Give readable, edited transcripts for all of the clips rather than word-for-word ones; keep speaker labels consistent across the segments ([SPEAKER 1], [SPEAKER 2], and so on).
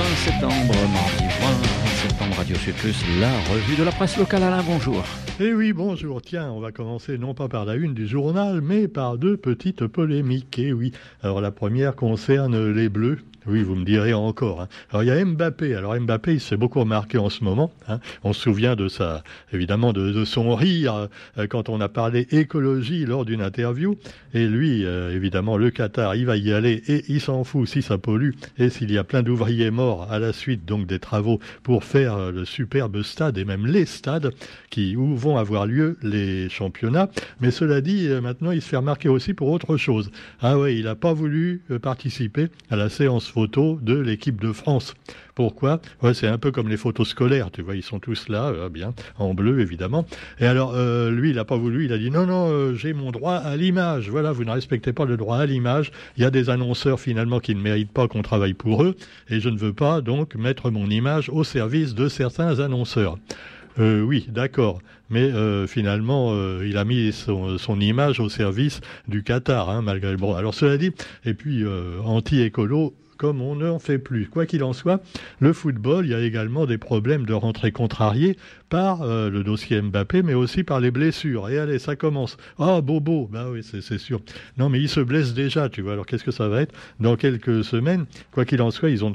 [SPEAKER 1] septembre, mardi 20 septembre, Radio Sud Plus, la revue de la presse locale. Alain, bonjour.
[SPEAKER 2] Eh oui, bonjour. Tiens, on va commencer non pas par la une du journal, mais par deux petites polémiques. Eh oui. Alors la première concerne les Bleus. Oui, vous me direz encore. Hein. Alors il y a Mbappé. Alors Mbappé, il s'est beaucoup remarqué en ce moment. Hein. On se souvient de évidemment de son rire quand on a parlé écologie lors d'une interview. Et lui, évidemment, le Qatar, il va y aller et il s'en fout si ça pollue et s'il y a plein d'ouvriers morts à la suite donc des travaux pour faire le superbe stade et même les stades où vont avoir lieu les championnats. Mais cela dit, maintenant, il se fait remarquer aussi pour autre chose. Ah ouais, il n'a pas voulu participer à la séance photo de l'équipe de France. Pourquoi ? Ouais, c'est un peu comme les photos scolaires, tu vois, ils sont tous là, bien, en bleu évidemment. Et alors, lui, il n'a pas voulu, il a dit non, j'ai mon droit à l'image. Voilà, vous ne respectez pas le droit à l'image. Il y a des annonceurs finalement qui ne méritent pas qu'on travaille pour eux, et je ne veux pas donc mettre mon image au service de certains annonceurs. Oui, d'accord. Mais finalement, il a mis son image au service du Qatar, hein, malgré le... Bon, alors cela dit, et puis anti-écolo, comme on n'en fait plus. Quoi qu'il en soit, le football, il y a également des problèmes de rentrée contrariés par le dossier Mbappé, mais aussi par les blessures. Et allez, ça commence. Ah, Bobo, bah oui, c'est sûr. Non, mais il se blesse déjà, tu vois. Alors qu'est-ce que ça va être dans quelques semaines? Quoi qu'il en soit, ils ont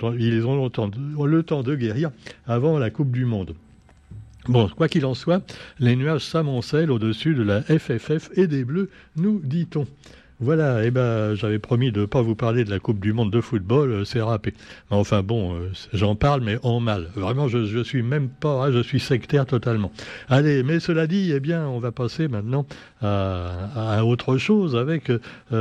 [SPEAKER 2] le temps de guérir avant la Coupe du Monde. Bon, quoi qu'il en soit, les nuages s'amoncellent au-dessus de la FFF et des Bleus, nous dit-on. Voilà, j'avais promis de ne pas vous parler de la Coupe du Monde de football, c'est râpé. Enfin bon, j'en parle, mais en mal. Vraiment, je suis même pas, je suis sectaire totalement. Allez, mais cela dit, on va passer maintenant à autre chose avec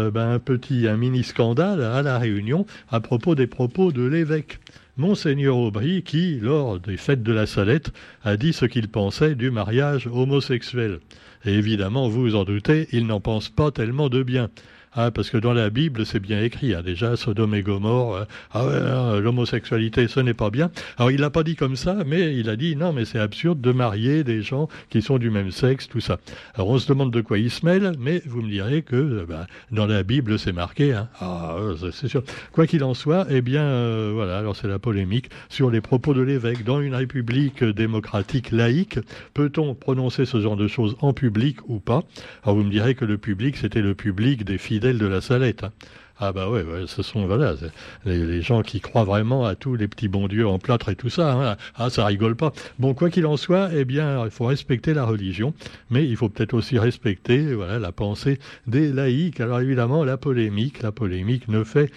[SPEAKER 2] un mini scandale à La Réunion à propos des propos de l'évêque. Monseigneur Aubry, qui, lors des fêtes de la Salette, a dit ce qu'il pensait du mariage homosexuel. Et évidemment, vous vous en doutez, il n'en pense pas tellement de bien. Ah, parce que dans la Bible, c'est bien écrit, hein, déjà, Sodome et Gomorrhe, l'homosexualité, ce n'est pas bien. Alors, il l'a pas dit comme ça, mais il a dit, non, mais c'est absurde de marier des gens qui sont du même sexe, tout ça. Alors, on se demande de quoi il se mêle, mais vous me direz que dans la Bible, c'est marqué. Hein. C'est sûr. Quoi qu'il en soit, voilà, alors c'est la polémique sur les propos de l'évêque. Dans une république démocratique laïque, peut-on prononcer ce genre de choses en public ou pas ? Alors, vous me direz que le public, c'était le public des fidèles de la Salette. Hein. Ah bah ouais, ce sont les gens qui croient vraiment à tous les petits bons dieux en plâtre et tout ça. Hein. Ah, ça rigole pas. Bon, quoi qu'il en soit, il faut respecter la religion, mais il faut peut-être aussi respecter la pensée des laïcs. Alors évidemment, la polémique ne fait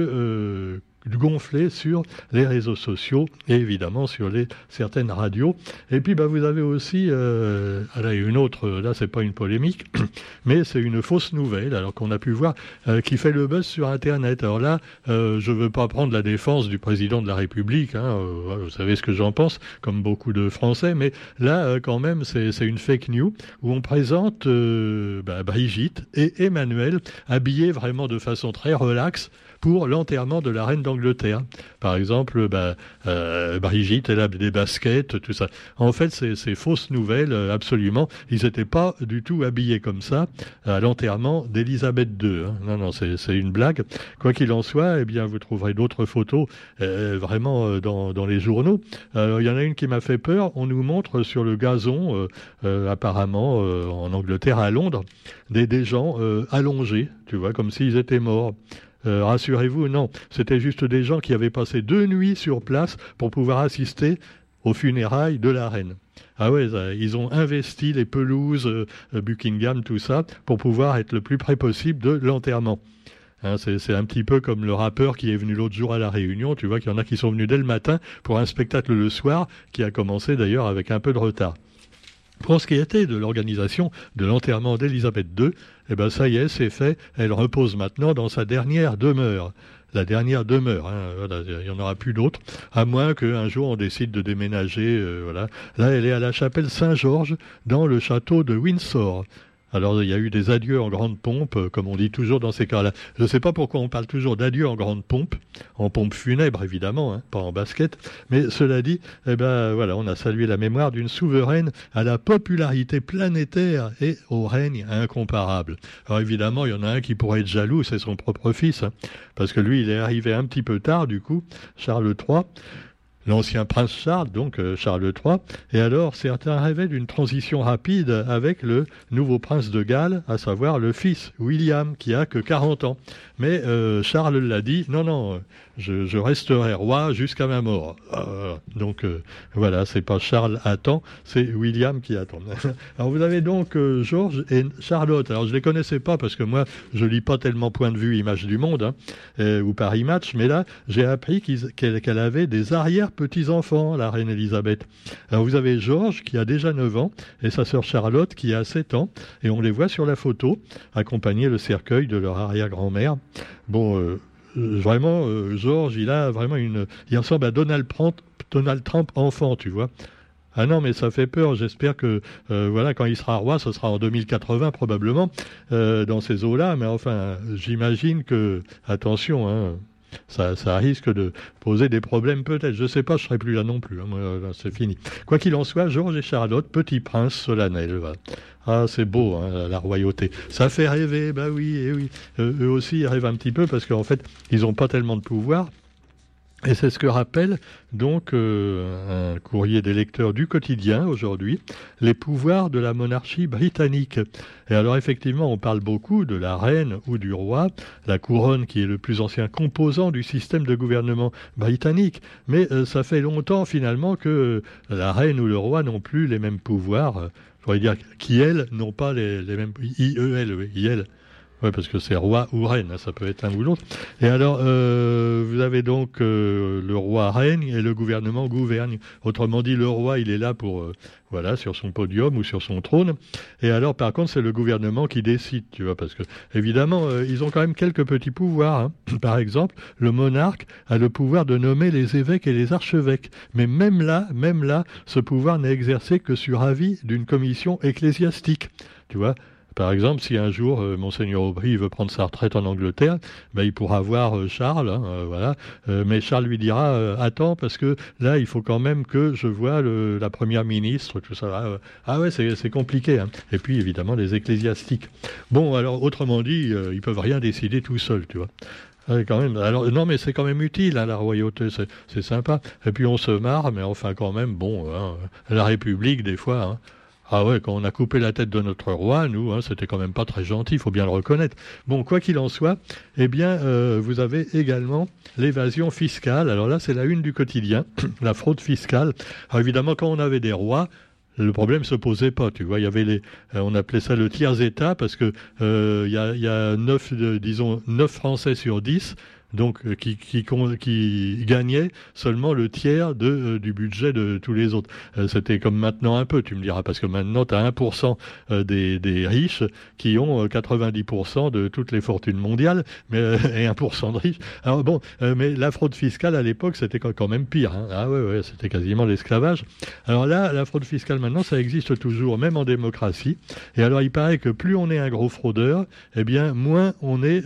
[SPEAKER 2] que gonfler sur les réseaux sociaux et évidemment sur certaines radios. Et puis vous avez aussi une autre, là c'est pas une polémique, mais c'est une fausse nouvelle, alors qu'on a pu voir qui fait le buzz sur Internet. Alors là, je veux pas prendre la défense du président de la République, hein, vous savez ce que j'en pense, comme beaucoup de Français, mais là quand même c'est une fake news où on présente Brigitte et Emmanuel habillés vraiment de façon très relaxe pour l'enterrement de la reine d'Angleterre. Par exemple, Brigitte, elle a des baskets, tout ça. En fait, c'est fausses nouvelles, absolument. Ils n'étaient pas du tout habillés comme ça à l'enterrement d'Élisabeth II. Hein. Non, c'est une blague. Quoi qu'il en soit, vous trouverez d'autres photos vraiment dans les journaux. Il y en a une qui m'a fait peur. On nous montre sur le gazon, apparemment en Angleterre, à Londres, des gens allongés, tu vois, comme s'ils étaient morts. Rassurez-vous, non, c'était juste des gens qui avaient passé 2 nuits sur place pour pouvoir assister aux funérailles de la reine. Ah ouais, ils ont investi les pelouses, Buckingham, tout ça, pour pouvoir être le plus près possible de l'enterrement. Hein, c'est un petit peu comme le rappeur qui est venu l'autre jour à La Réunion, tu vois qu'il y en a qui sont venus dès le matin pour un spectacle le soir, qui a commencé d'ailleurs avec un peu de retard. Pour ce qui était de l'organisation de l'enterrement d'Élisabeth II, ça y est, c'est fait. Elle repose maintenant dans sa dernière demeure. La dernière demeure, hein, il n'y en aura plus d'autres, à moins qu'un jour on décide de déménager. Là, elle est à la chapelle Saint-Georges, dans le château de Windsor. Alors, il y a eu des adieux en grande pompe, comme on dit toujours dans ces cas-là. Je ne sais pas pourquoi on parle toujours d'adieux en grande pompe, en pompe funèbre évidemment, hein, pas en basket, mais cela dit, eh ben voilà, on a salué la mémoire d'une souveraine à la popularité planétaire et au règne incomparable. Alors évidemment, il y en a un qui pourrait être jaloux, c'est son propre fils, hein, parce que lui, il est arrivé un petit peu tard, du coup, Charles III. L'ancien prince Charles, donc Charles III, et alors certains rêvaient d'une transition rapide avec le nouveau prince de Galles, à savoir le fils, William, qui a que 40 ans. Mais Charles l'a dit, non, je resterai roi jusqu'à ma mort. Donc voilà, c'est pas Charles attend, c'est William qui attend. Alors vous avez donc Georges et Charlotte. Alors je les connaissais pas parce que moi je lis pas tellement Point de vue Images du Monde ou Paris Match, mais là j'ai appris qu'elle avait des arrière-petits-enfants, la reine Elisabeth. Alors vous avez Georges qui a déjà 9 ans et sa sœur Charlotte qui a 7 ans et on les voit sur la photo accompagner le cercueil de leur arrière-grand-mère. Bon, vraiment, Georges, il ressemble à Donald Trump enfant, tu vois. Ah non, mais ça fait peur. J'espère que, voilà, quand il sera roi, ce sera en 2080 probablement, dans ces eaux-là. Mais enfin, j'imagine que, attention, hein, ça risque de poser des problèmes peut-être. Je sais pas, je serai plus là non plus. Hein, moi, là, c'est fini. Quoi qu'il en soit, Georges et Charlotte, petit prince solennel. Voilà. Ah, c'est beau, hein, la royauté. Ça fait rêver, bah oui, et oui. Eux aussi, ils rêvent un petit peu parce qu'en fait, ils n'ont pas tellement de pouvoir. Et c'est ce que rappelle donc un courrier des lecteurs du Quotidien aujourd'hui, les pouvoirs de la monarchie britannique. Et alors effectivement, on parle beaucoup de la reine ou du roi, la couronne qui est le plus ancien composant du système de gouvernement britannique. Mais ça fait longtemps finalement que la reine ou le roi n'ont plus les mêmes pouvoirs. Je pourrais dire qui, elles, n'ont pas les mêmes... I-E-L, oui, I-L. Oui, parce que c'est roi ou reine, hein, ça peut être un ou l'autre. Et alors, vous avez donc le roi règne et le gouvernement gouverne. Autrement dit, le roi, il est là pour, voilà, sur son podium ou sur son trône. Et alors, par contre, c'est le gouvernement qui décide, tu vois, parce que, évidemment, ils ont quand même quelques petits pouvoirs. Hein. Par exemple, le monarque a le pouvoir de nommer les évêques et les archevêques. Mais même là, ce pouvoir n'est exercé que sur avis d'une commission ecclésiastique, tu vois. Par exemple, si un jour Monseigneur Aubry veut prendre sa retraite en Angleterre, ben, il pourra voir Charles, hein, voilà. Mais Charles lui dira attends, parce que là, il faut quand même que je voie la première ministre, tout ça. Ah ouais, c'est compliqué. Hein. Et puis, évidemment, les ecclésiastiques. Bon, alors, autrement dit, ils peuvent rien décider tout seuls, tu vois. Quand même. Alors, non, mais c'est quand même utile, hein, la royauté, c'est sympa. Et puis, on se marre, mais enfin, quand même, bon, hein, la République, des fois... Hein, ah ouais, quand on a coupé la tête de notre roi, nous, hein, c'était quand même pas très gentil, il faut bien le reconnaître. Bon, quoi qu'il en soit, eh bien, vous avez également l'évasion fiscale. Alors là, c'est la une du Quotidien, la fraude fiscale. Alors évidemment, quand on avait des rois, le problème se posait pas, tu vois. Il y avait on appelait ça le tiers-état parce que il y a 9 Français sur 10. Donc, qui gagnait seulement le tiers du budget de tous les autres. C'était comme maintenant un peu, tu me diras, parce que maintenant, tu as 1% des riches qui ont 90% de toutes les fortunes mondiales, mais, et 1% de riches. Alors bon, mais la fraude fiscale, à l'époque, c'était quand même pire. Hein. Ah ouais, c'était quasiment l'esclavage. Alors là, la fraude fiscale, maintenant, ça existe toujours, même en démocratie. Et alors, il paraît que plus on est un gros fraudeur, eh bien, moins on est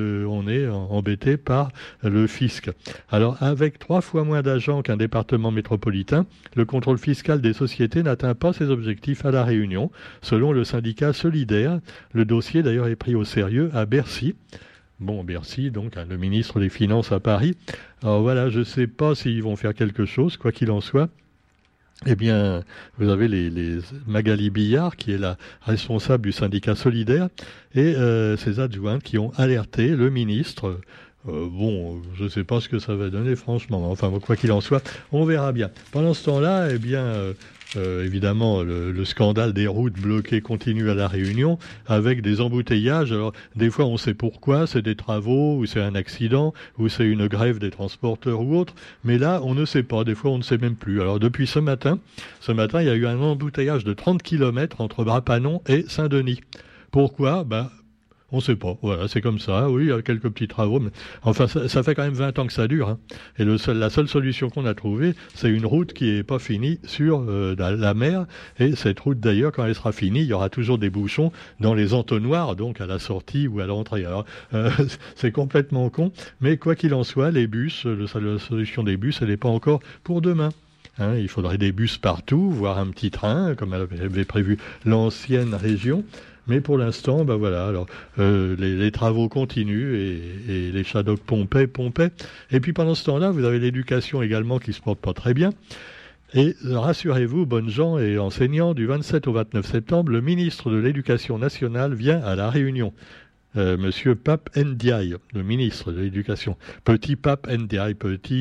[SPEAKER 2] embêté par le fisc. Alors, avec 3 fois moins d'agents qu'un département métropolitain, le contrôle fiscal des sociétés n'atteint pas ses objectifs à La Réunion, selon le syndicat Solidaire. Le dossier, d'ailleurs, est pris au sérieux à Bercy. Bon, Bercy, donc, hein, le ministre des Finances à Paris. Alors voilà, je ne sais pas s'ils vont faire quelque chose, quoi qu'il en soit. Eh bien, vous avez les Magali Billard, qui est la responsable du syndicat Solidaire, et ses adjointes qui ont alerté le ministre. Bon, je ne sais pas ce que ça va donner, franchement. Enfin, quoi qu'il en soit, on verra bien. Pendant ce temps-là, eh bien, évidemment, le scandale des routes bloquées continue à La Réunion, avec des embouteillages. Alors, des fois, on sait pourquoi, c'est des travaux, ou c'est un accident, ou c'est une grève des transporteurs ou autre. Mais là, on ne sait pas. Des fois, on ne sait même plus. Alors, depuis ce matin, il y a eu un embouteillage de 30 km entre Brapanon et Saint-Denis. Pourquoi ? On ne sait pas. Voilà, c'est comme ça. Oui, il y a quelques petits travaux. Mais enfin, ça fait quand même 20 ans que ça dure. Hein. Et la seule solution qu'on a trouvée, c'est une route qui n'est pas finie sur la mer. Et cette route, d'ailleurs, quand elle sera finie, il y aura toujours des bouchons dans les entonnoirs, donc à la sortie ou à l'entrée. Alors, c'est complètement con. Mais quoi qu'il en soit, les bus, la solution des bus, elle n'est pas encore pour demain. Hein, il faudrait des bus partout, voire un petit train, comme avait prévu l'ancienne région. Mais pour l'instant, ben voilà, alors les travaux continuent et les Shadocks pompaient. Et puis pendant ce temps-là, vous avez l'éducation également qui se porte pas très bien. Et rassurez-vous, bonnes gens et enseignants, du 27 au 29 septembre, le ministre de l'Éducation nationale vient à La Réunion. Monsieur Pape Ndiaye, le ministre de l'Éducation. Petit Pape Ndiaye.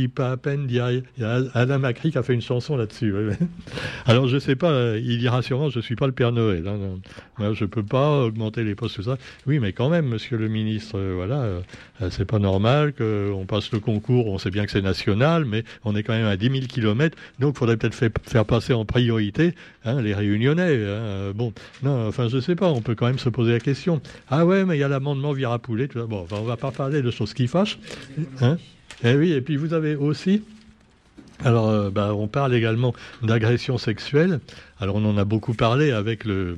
[SPEAKER 2] Il y a Alain Macri qui a fait une chanson là-dessus. Ouais. Alors, je sais pas, il dira sûrement, je suis pas le Père Noël. Hein. Moi, je peux pas augmenter les postes, tout ça. Oui, mais quand même, monsieur le ministre, c'est pas normal qu'on passe le concours. On sait bien que c'est national, mais on est quand même à 10 000 kilomètres. Donc, il faudrait peut-être faire passer en priorité les Réunionnais. Bon, non, enfin, je sais pas, on peut quand même se poser la question. Ah ouais, mais il y a l'amendement Virapoulet. Bon, enfin, on va pas parler de choses qui fâchent. Hein. Et oui, et puis vous avez aussi... Alors, on parle également d'agression sexuelle. Alors, on en a beaucoup parlé avec le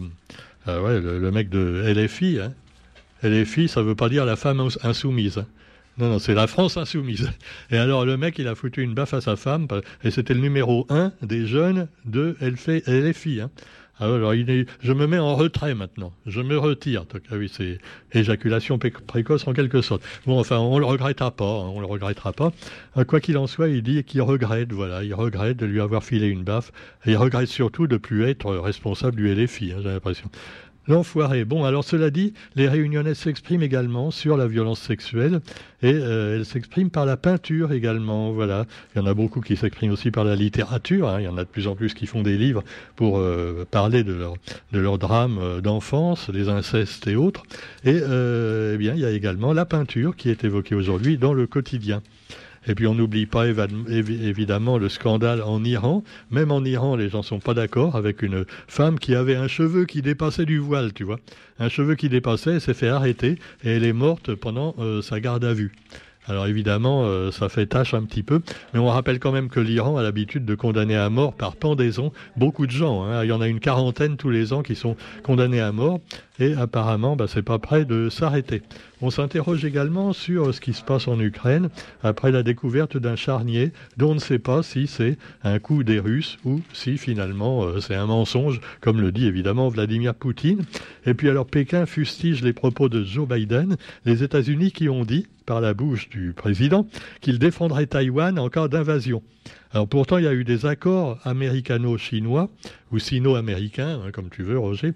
[SPEAKER 2] mec de LFI. Hein. LFI, ça veut pas dire la femme insoumise. Hein. Non, c'est la France insoumise. Et alors, le mec, il a foutu une baffe à sa femme, et c'était le numéro 1 des jeunes de LFI. Hein. Alors, je me mets en retrait maintenant. Je me retire. Ah oui, c'est éjaculation précoce en quelque sorte. Bon, enfin, on le regrettera pas. Quoi qu'il en soit, il dit qu'il regrette, voilà. Il regrette de lui avoir filé une baffe. Et il regrette surtout de ne plus être responsable du LFI, hein, j'ai l'impression. L'enfoiré. Bon, alors cela dit, les Réunionnais s'expriment également sur la violence sexuelle et elles s'expriment par la peinture également. Voilà, il y en a beaucoup qui s'expriment aussi par la littérature. Hein. Il y en a de plus en plus qui font des livres pour parler de leur drame d'enfance, des incestes et autres. Et eh bien, il y a également la peinture qui est évoquée aujourd'hui dans le quotidien. Et puis on n'oublie pas évidemment le scandale en Iran. Même en Iran, les gens ne sont pas d'accord avec une femme qui avait un cheveu qui dépassait du voile, tu vois. Un cheveu qui dépassait, elle s'est fait arrêter et elle est morte pendant sa garde à vue. Alors évidemment, ça fait tâche un petit peu, mais on rappelle quand même que l'Iran a l'habitude de condamner à mort par pendaison beaucoup de gens. Hein. Il y en a une quarantaine tous les ans qui sont condamnés à mort, et apparemment, c'est pas prêt de s'arrêter. On s'interroge également sur ce qui se passe en Ukraine après la découverte d'un charnier dont on ne sait pas si c'est un coup des Russes ou si finalement c'est un mensonge, comme le dit évidemment Vladimir Poutine. Et puis alors Pékin fustige les propos de Joe Biden, les États-Unis qui ont dit, par la bouche du président, qu'il défendrait Taïwan en cas d'invasion. Alors pourtant, il y a eu des accords américano-chinois, ou sino-américains, hein, comme tu veux, Roger.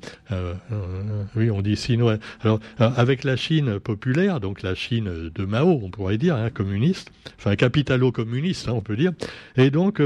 [SPEAKER 2] Oui, on dit sino. Alors, avec la Chine populaire, donc la Chine de Mao, on pourrait dire, hein, communiste, enfin capitalo-communiste, hein, on peut dire. Et donc,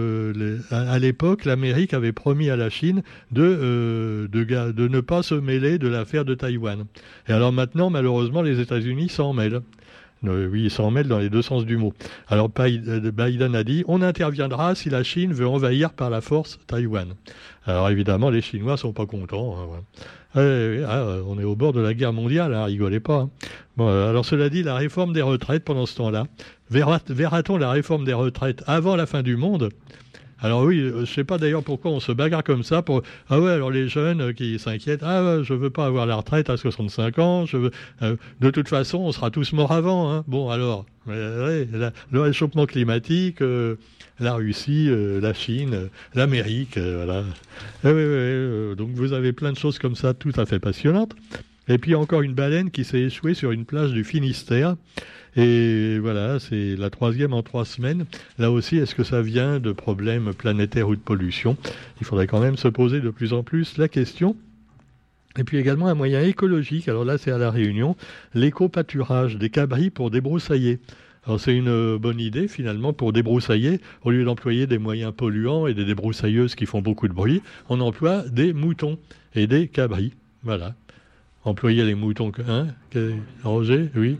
[SPEAKER 2] à l'époque, l'Amérique avait promis à la Chine de ne pas se mêler de l'affaire de Taïwan. Et alors maintenant, malheureusement, les États-Unis s'en mêlent. Oui, ils s'en mêlent dans les deux sens du mot. Alors Biden a dit, on interviendra si la Chine veut envahir par la force Taïwan. Alors évidemment, les Chinois sont pas contents. Hein, ouais. On est au bord de la guerre mondiale, hein, rigolez pas. Hein. Bon, alors cela dit, la réforme des retraites pendant ce temps-là, verra-t-on la réforme des retraites avant la fin du monde ? Alors oui, je sais pas d'ailleurs pourquoi on se bagarre comme ça pour... Ah ouais, alors les jeunes qui s'inquiètent, je veux pas avoir la retraite à 65 ans, de toute façon, on sera tous morts avant. Hein. Bon, alors, le réchauffement climatique, la Russie, la Chine, l'Amérique, voilà. Donc vous avez plein de choses comme ça, tout à fait passionnantes. Et puis encore une baleine qui s'est échouée sur une plage du Finistère. Et voilà, c'est la 3e en 3 semaines. Là aussi, est-ce que ça vient de problèmes planétaires ou de pollution ? Il faudrait quand même se poser de plus en plus la question. Et puis également un moyen écologique, alors là c'est à La Réunion, l'éco-pâturage des cabris pour débroussailler. Alors c'est une bonne idée finalement pour débroussailler, au lieu d'employer des moyens polluants et des débroussailleuses qui font beaucoup de bruit, on emploie des moutons et des cabris. Voilà. Employer les moutons, hein, Roger, oui.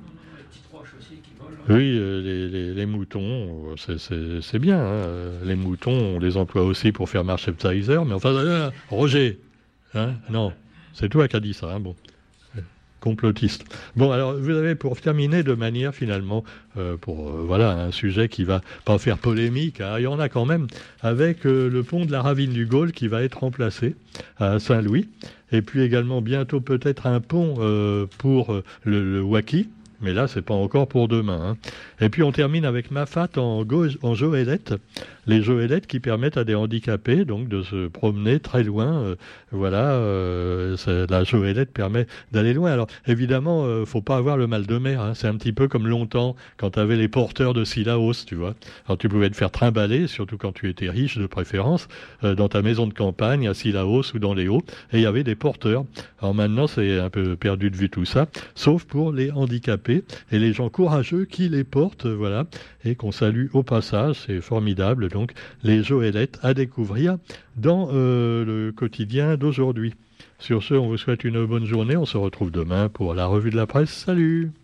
[SPEAKER 2] Oui, les moutons, c'est bien. Hein. Les moutons, on les emploie aussi pour faire marcher Pfizer. Mais enfin, Roger, hein, non, c'est toi qui as dit ça. Hein, bon. complotiste. Bon, alors vous avez, pour terminer de manière finalement, voilà, un sujet qui va pas faire polémique, hein, il y en a quand même, avec le pont de la Ravine du Gaulle qui va être remplacé à Saint-Louis, et puis également bientôt peut-être un pont pour le Wacky. Mais là, c'est pas encore pour demain. Hein. Et puis, on termine avec Mafat en goélette. Les goélettes qui permettent à des handicapés donc de se promener très loin. Voilà, la goélette permet d'aller loin. Alors, évidemment, faut pas avoir le mal de mer. Hein. C'est un petit peu comme longtemps, quand tu avais les porteurs de Sillaos, tu vois. Alors, tu pouvais te faire trimballer, surtout quand tu étais riche de préférence, dans ta maison de campagne, à Sillaos ou dans les Hauts. Et il y avait des porteurs. Alors maintenant, c'est un peu perdu de vue tout ça, sauf pour les handicapés et les gens courageux qui les portent, voilà, et qu'on salue au passage, c'est formidable. Donc, les goélettes à découvrir dans le quotidien d'aujourd'hui. Sur ce, on vous souhaite une bonne journée. On se retrouve demain pour la revue de la presse. Salut!